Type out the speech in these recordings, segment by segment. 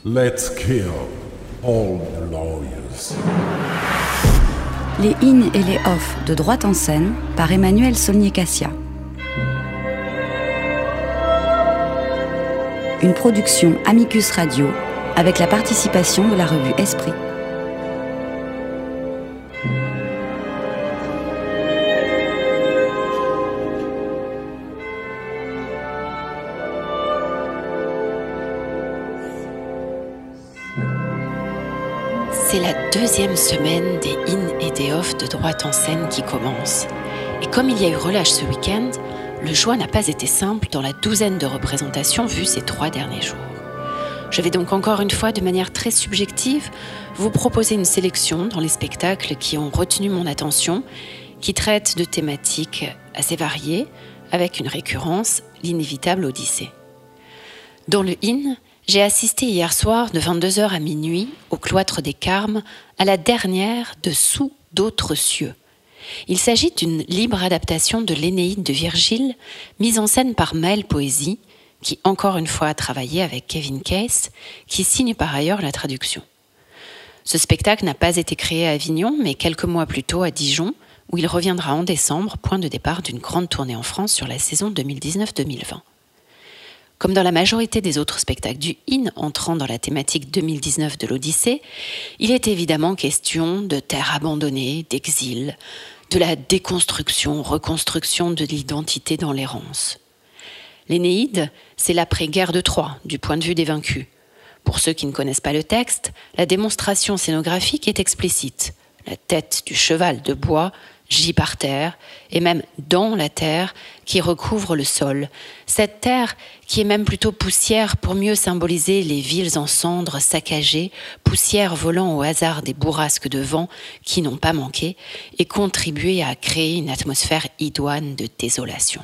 Let's kill all the lawyers. Les in et les off de Droite en scène par Emmanuel Saulnier-Cassia. Une production Amicus Radio avec la participation de la revue Esprit. C'est la deuxième semaine des in et des off de Droite en scène qui commence. Et comme il y a eu relâche ce week-end, le choix n'a pas été simple dans la douzaine de représentations vues ces 3 derniers jours. Je vais donc encore une fois, de manière très subjective, vous proposer une sélection dans les spectacles qui ont retenu mon attention, qui traitent de thématiques assez variées, avec une récurrence, l'inévitable Odyssée. Dans le in, j'ai assisté hier soir de 22h à minuit au Cloître des Carmes à la dernière de Sous d'autres cieux. Il s'agit d'une libre adaptation de l'Énéide de Virgile, mise en scène par Maëlle Poésy, qui encore une fois a travaillé avec Kevin Case, qui signe par ailleurs la traduction. Ce spectacle n'a pas été créé à Avignon, mais quelques mois plus tôt à Dijon, où il reviendra en décembre, point de départ d'une grande tournée en France sur la saison 2019-2020. Comme dans la majorité des autres spectacles du in entrant dans la thématique 2019 de l'Odyssée, il est évidemment question de terre abandonnée, d'exil, de la déconstruction, reconstruction de l'identité dans l'errance. L'Énéide, c'est l'après-guerre de Troie, du point de vue des vaincus. Pour ceux qui ne connaissent pas le texte, la démonstration scénographique est explicite. La tête du cheval de bois gît par terre, et même dans la terre qui recouvre le sol. Cette terre qui est même plutôt poussière pour mieux symboliser les villes en cendres saccagées, poussière volant au hasard des bourrasques de vent qui n'ont pas manqué et contribué à créer une atmosphère idoine de désolation.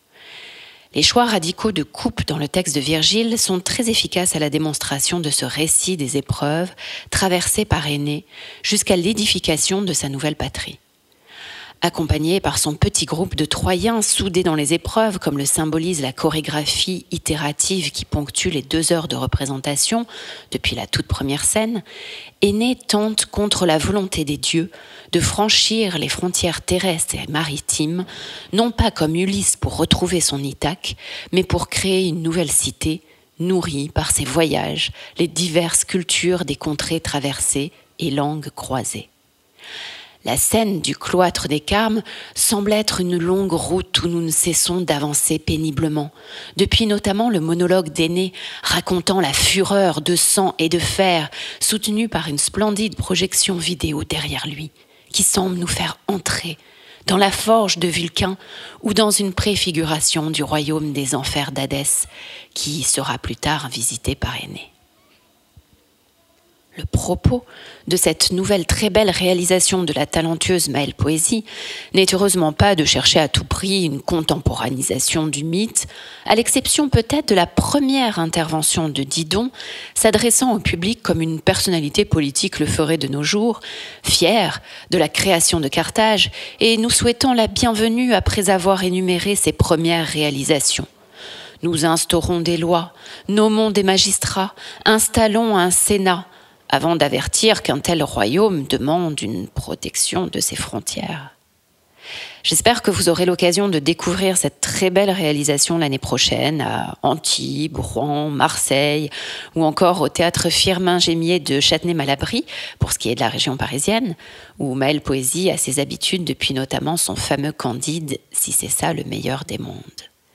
Les choix radicaux de coupe dans le texte de Virgile sont très efficaces à la démonstration de ce récit des épreuves traversées par Énée jusqu'à l'édification de sa nouvelle patrie. Accompagné par son petit groupe de Troyens soudés dans les épreuves, comme le symbolise la chorégraphie itérative qui ponctue les 2 heures de représentation depuis la toute première scène, Énée tente, contre la volonté des dieux, de franchir les frontières terrestres et maritimes, non pas comme Ulysse pour retrouver son Ithaque, mais pour créer une nouvelle cité, nourrie par ses voyages, les diverses cultures des contrées traversées et langues croisées. La scène du Cloître des Carmes semble être une longue route où nous ne cessons d'avancer péniblement, depuis notamment le monologue d'Énée racontant la fureur de sang et de fer, soutenue par une splendide projection vidéo derrière lui, qui semble nous faire entrer dans la forge de Vulcain ou dans une préfiguration du royaume des enfers d'Hadès, qui sera plus tard visité par Énée. Le propos de cette nouvelle très belle réalisation de la talentueuse Maëlle Poésy n'est heureusement pas de chercher à tout prix une contemporanisation du mythe, à l'exception peut-être de la première intervention de Didon, s'adressant au public comme une personnalité politique le ferait de nos jours, fière de la création de Carthage et nous souhaitant la bienvenue après avoir énuméré ses premières réalisations. Nous instaurons des lois, nommons des magistrats, installons un Sénat, avant d'avertir qu'un tel royaume demande une protection de ses frontières. J'espère que vous aurez l'occasion de découvrir cette très belle réalisation l'année prochaine à Antibes, Rouen, Marseille ou encore au théâtre Firmin-Gémier de Châtenay-Malabry pour ce qui est de la région parisienne, où Maëlle Poésy a ses habitudes depuis notamment son fameux Candide, si c'est ça le meilleur des mondes.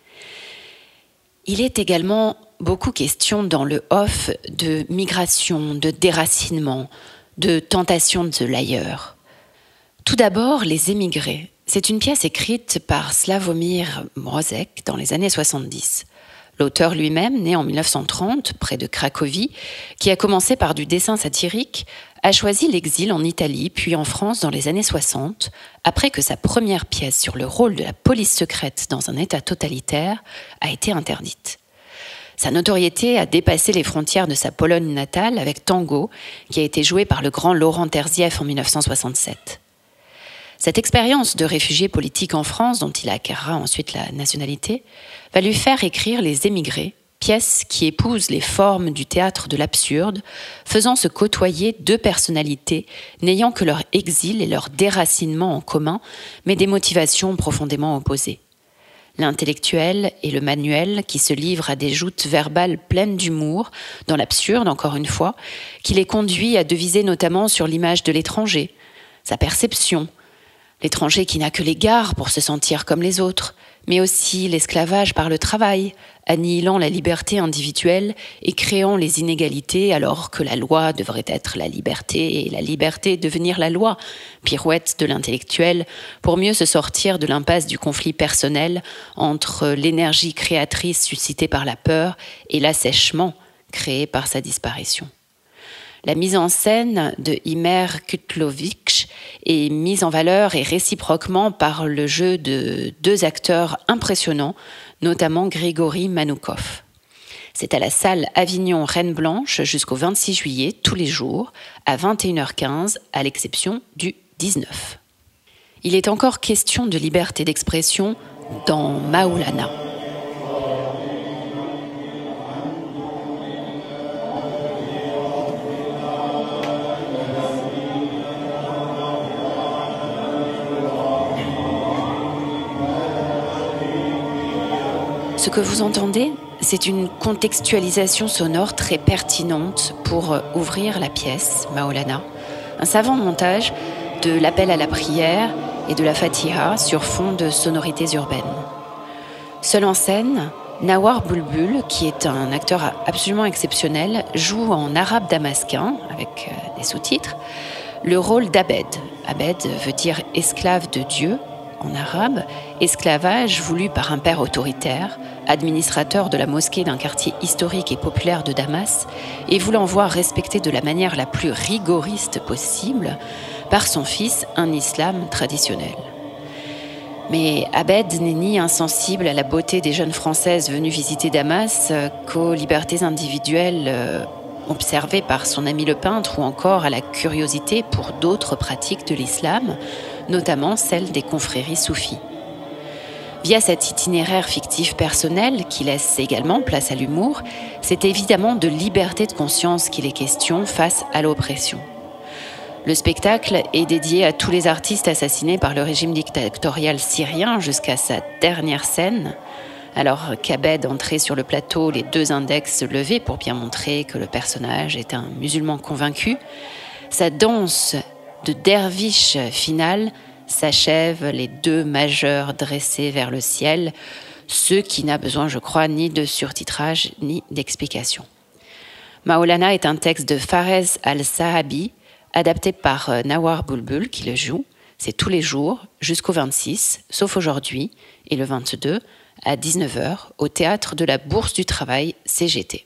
Il est également beaucoup question dans le off de migration, de déracinement, de tentation de l'ailleurs. Tout d'abord, Les émigrés. C'est une pièce écrite par Sławomir Mrożek dans les années 70. L'auteur lui-même, né en 1930, près de Cracovie, qui a commencé par du dessin satirique, a choisi l'exil en Italie puis en France dans les années 60, après que sa première pièce sur le rôle de la police secrète dans un État totalitaire a été interdite. Sa notoriété a dépassé les frontières de sa Pologne natale avec Tango, qui a été joué par le grand Laurent Terzieff en 1967. Cette expérience de réfugié politique en France, dont il acquérera ensuite la nationalité, va lui faire écrire Les émigrés, pièce qui épouse les formes du théâtre de l'absurde, faisant se côtoyer deux personnalités n'ayant que leur exil et leur déracinement en commun, mais des motivations profondément opposées. L'intellectuel et le manuel qui se livrent à des joutes verbales pleines d'humour, dans l'absurde encore une fois, qui les conduit à deviser notamment sur l'image de l'étranger, sa perception, l'étranger qui n'a que l'égard pour se sentir comme les autres, mais aussi l'esclavage par le travail, annihilant la liberté individuelle et créant les inégalités alors que la loi devrait être la liberté et la liberté devenir la loi, pirouette de l'intellectuel, pour mieux se sortir de l'impasse du conflit personnel entre l'énergie créatrice suscitée par la peur et l'assèchement créé par sa disparition. La mise en scène de Imer Kutlovitch est mise en valeur et réciproquement par le jeu de deux acteurs impressionnants, notamment Grigory Manoukov. C'est à la salle Avignon Reine Blanche jusqu'au 26 juillet, tous les jours, à 21h15, à l'exception du 19. Il est encore question de liberté d'expression dans Maulana. Ce que vous entendez, c'est une contextualisation sonore très pertinente pour ouvrir la pièce Maulana, un savant montage de l'appel à la prière et de la Fatiha sur fond de sonorités urbaines. Seul en scène, Nawar Bulbul, qui est un acteur absolument exceptionnel, joue en arabe damasquin, avec des sous-titres, le rôle d'Abed. Abed veut dire esclave de Dieu, en arabe, esclavage voulu par un père autoritaire, administrateur de la mosquée d'un quartier historique et populaire de Damas, et voulant voir respecter de la manière la plus rigoriste possible par son fils un islam traditionnel. Mais Abed n'est ni insensible à la beauté des jeunes Françaises venues visiter Damas qu'aux libertés individuelles observées par son ami le peintre ou encore à la curiosité pour d'autres pratiques de l'islam, notamment celle des confréries soufis. Via cet itinéraire fictif personnel, qui laisse également place à l'humour, c'est évidemment de liberté de conscience qu'il est question face à l'oppression. Le spectacle est dédié à tous les artistes assassinés par le régime dictatorial syrien jusqu'à sa dernière scène, alors qu'Abed entrait sur le plateau, les deux index levés pour bien montrer que le personnage est un musulman convaincu. Sa danse de derviche finale s'achève, les deux majeurs dressés vers le ciel, ce qui n'a besoin, je crois, ni de surtitrage ni d'explication. Maulana est un texte de Farez al-Sahabi, adapté par Nawar Bulbul, qui le joue. C'est tous les jours, jusqu'au 26, sauf aujourd'hui, et le 22, à 19h, au Théâtre de la Bourse du Travail, CGT.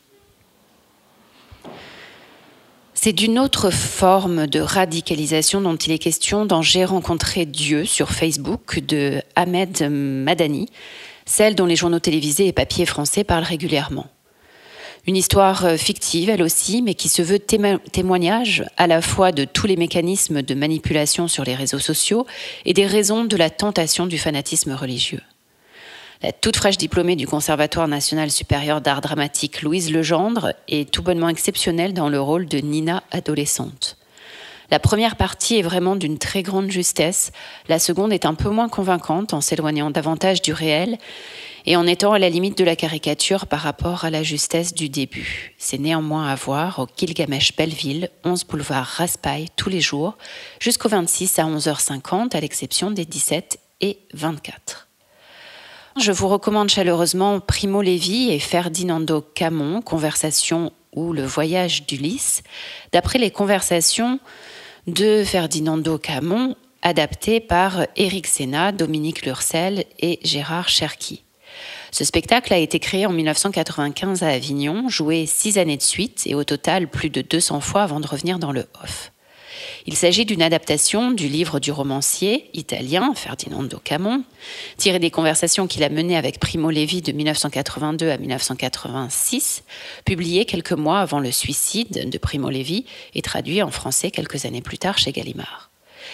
C'est d'une autre forme de radicalisation dont il est question dans J'ai rencontré Dieu sur Facebook de Ahmed Madani, celle dont les journaux télévisés et papiers français parlent régulièrement. Une histoire fictive, elle aussi, mais qui se veut témoignage à la fois de tous les mécanismes de manipulation sur les réseaux sociaux et des raisons de la tentation du fanatisme religieux. La toute fraîche diplômée du Conservatoire national supérieur d'art dramatique, Louise Legendre, est tout bonnement exceptionnelle dans le rôle de Nina adolescente. La première partie est vraiment d'une très grande justesse, la seconde est un peu moins convaincante en s'éloignant davantage du réel et en étant à la limite de la caricature par rapport à la justesse du début. C'est néanmoins à voir au Gilgamesh Belleville, 11 boulevard Raspail, tous les jours, jusqu'au 26 à 11h50, à l'exception des 17 et 24. Je vous recommande chaleureusement Primo Levi et Ferdinando Camon, Conversation ou le voyage d'Ulysse, d'après les conversations de Ferdinando Camon, adaptées par Éric Sénat, Dominique Lurcel et Gérard Cherki. Ce spectacle a été créé en 1995 à Avignon, joué 6 années de suite et au total plus de 200 fois avant de revenir dans le off. Il s'agit d'une adaptation du livre du romancier italien Ferdinando Camon, tiré des conversations qu'il a menées avec Primo Levi de 1982 à 1986, publié quelques mois avant le suicide de Primo Levi et traduit en français quelques années plus tard chez Gallimard.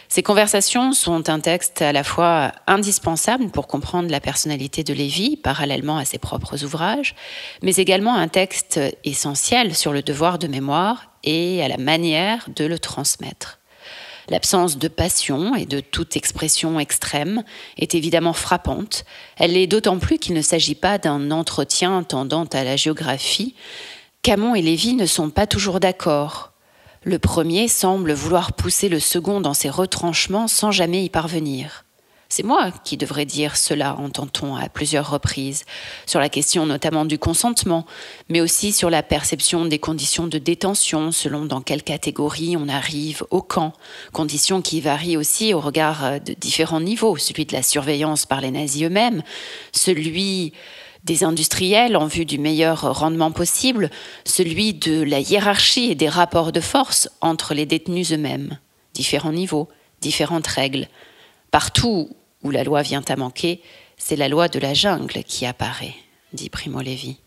Ces conversations sont un texte à la fois indispensable pour comprendre la personnalité de Lévy, parallèlement à ses propres ouvrages, mais également un texte essentiel sur le devoir de mémoire et à la manière de le transmettre. L'absence de passion et de toute expression extrême est évidemment frappante. Elle l'est d'autant plus qu'il ne s'agit pas d'un entretien tendant à la géographie. Camon et Lévy ne sont pas toujours d'accord. Le premier semble vouloir pousser le second dans ses retranchements sans jamais y parvenir. C'est moi qui devrais dire cela, entend-on à plusieurs reprises, sur la question notamment du consentement, mais aussi sur la perception des conditions de détention, selon dans quelle catégorie on arrive au camp, conditions qui varient aussi au regard de différents niveaux, celui de la surveillance par les nazis eux-mêmes, celui des industriels en vue du meilleur rendement possible, celui de la hiérarchie et des rapports de force entre les détenus eux-mêmes. Différents niveaux, différentes règles. Partout où la loi vient à manquer, c'est la loi de la jungle qui apparaît, dit Primo Levi.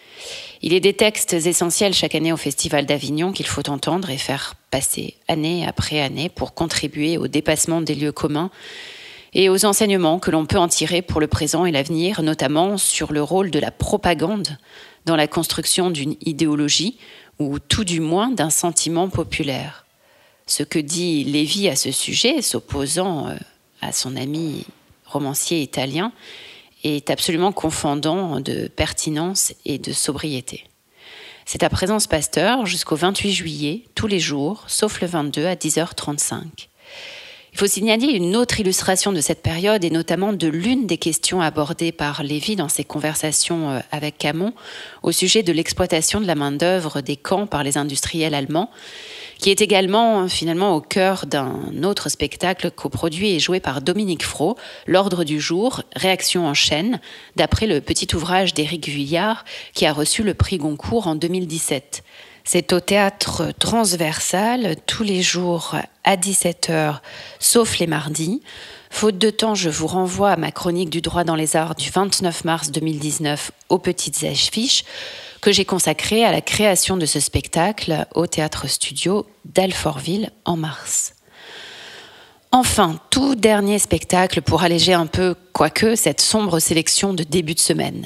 Il est des textes essentiels chaque année au Festival d'Avignon qu'il faut entendre et faire passer année après année pour contribuer au dépassement des lieux communs et aux enseignements que l'on peut en tirer pour le présent et l'avenir, notamment sur le rôle de la propagande dans la construction d'une idéologie ou tout du moins d'un sentiment populaire. Ce que dit Lévy à ce sujet, s'opposant à son ami romancier italien, est absolument confondant de pertinence et de sobriété. C'est à Présence Pasteur jusqu'au 28 juillet, tous les jours, sauf le 22 à 10h35. Il faut signaler une autre illustration de cette période et notamment de l'une des questions abordées par Lévy dans ses conversations avec Camon au sujet de l'exploitation de la main-d'œuvre des camps par les industriels allemands, qui est également finalement au cœur d'un autre spectacle coproduit et joué par Dominique Fro, L'Ordre du jour, réaction en chaîne, d'après le petit ouvrage d'Éric Vuillard qui a reçu le prix Goncourt en 2017. C'est au théâtre transversal, tous les jours à 17h, sauf les mardis. Faute de temps, je vous renvoie à ma chronique du droit dans les arts du 29 mars 2019 aux petites affiches que j'ai consacrée à la création de ce spectacle au Théâtre Studio d'Alfortville en mars. Enfin, tout dernier spectacle pour alléger un peu, quoique, cette sombre sélection de début de semaine.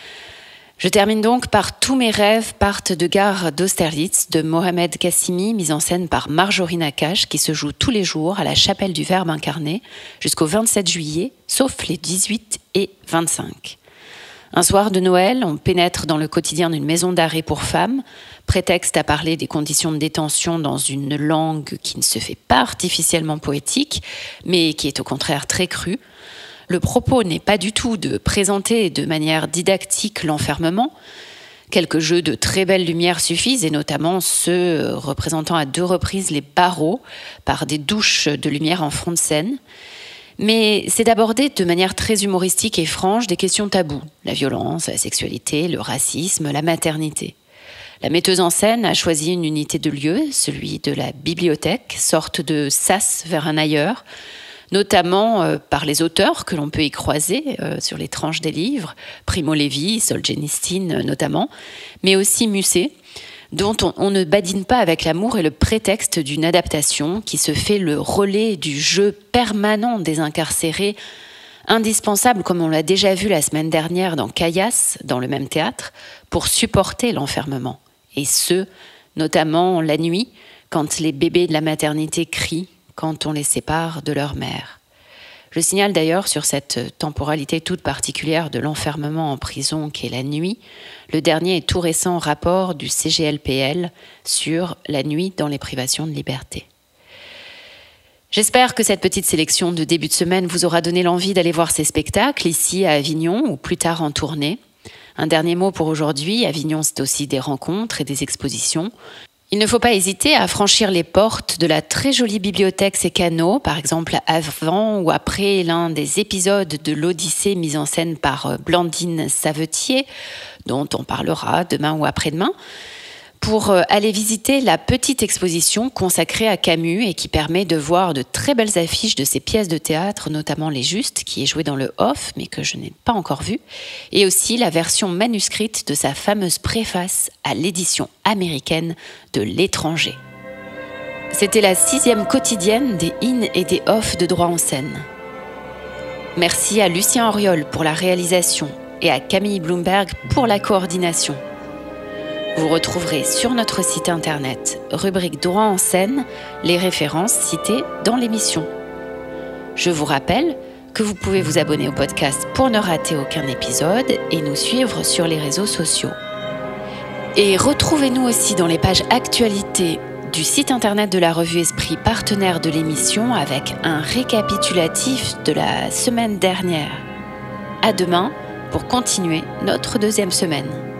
Je termine donc par Tous mes rêves partent de gare d'Austerlitz de Mohamed Kassimi, mise en scène par Marjorie Nakache, qui se joue tous les jours à la Chapelle du Verbe incarné jusqu'au 27 juillet, sauf les 18 et 25. Un soir de Noël, on pénètre dans le quotidien d'une maison d'arrêt pour femmes, prétexte à parler des conditions de détention dans une langue qui ne se fait pas artificiellement poétique, mais qui est au contraire très crue. Le propos n'est pas du tout de présenter de manière didactique l'enfermement. Quelques jeux de très belle lumière suffisent, et notamment ceux représentant à 2 reprises les barreaux par des douches de lumière en fond de scène. Mais c'est d'aborder de manière très humoristique et franche des questions taboues, la violence, la sexualité, le racisme, la maternité. La metteuse en scène a choisi une unité de lieu, celui de la bibliothèque, sorte de sas vers un ailleurs, notamment par les auteurs que l'on peut y croiser sur les tranches des livres, Primo Levi, Solzhenitsyn notamment, mais aussi Musset, dont on ne badine pas avec l'amour et le prétexte d'une adaptation qui se fait le relais du jeu permanent des incarcérés, indispensable, comme on l'a déjà vu la semaine dernière dans Caillasse, dans le même théâtre, pour supporter l'enfermement. Et ce, notamment la nuit, quand les bébés de la maternité crient, quand on les sépare de leur mère. Je signale d'ailleurs sur cette temporalité toute particulière de l'enfermement en prison qu'est la nuit, le dernier et tout récent rapport du CGLPL sur la nuit dans les privations de liberté. J'espère que cette petite sélection de début de semaine vous aura donné l'envie d'aller voir ces spectacles ici à Avignon ou plus tard en tournée. Un dernier mot pour aujourd'hui, Avignon c'est aussi des rencontres et des expositions. Il ne faut pas hésiter à franchir les portes de la très jolie bibliothèque Sécano, par exemple avant ou après l'un des épisodes de l'Odyssée mise en scène par Blandine Savetier, dont on parlera demain ou après-demain, pour aller visiter la petite exposition consacrée à Camus et qui permet de voir de très belles affiches de ses pièces de théâtre, notamment Les Justes, qui est joué dans le off, mais que je n'ai pas encore vu, et aussi la version manuscrite de sa fameuse préface à l'édition américaine de L'Étranger. C'était la 6e quotidienne des in et des off de Droit en Seine. Merci à Lucien Auriol pour la réalisation et à Camille Bloomberg pour la coordination. Vous retrouverez sur notre site internet, rubrique Droit en Seine, les références citées dans l'émission. Je vous rappelle que vous pouvez vous abonner au podcast pour ne rater aucun épisode et nous suivre sur les réseaux sociaux. Et retrouvez-nous aussi dans les pages actualités du site internet de la revue Esprit, partenaire de l'émission, avec un récapitulatif de la semaine dernière. À demain pour continuer notre 2e semaine.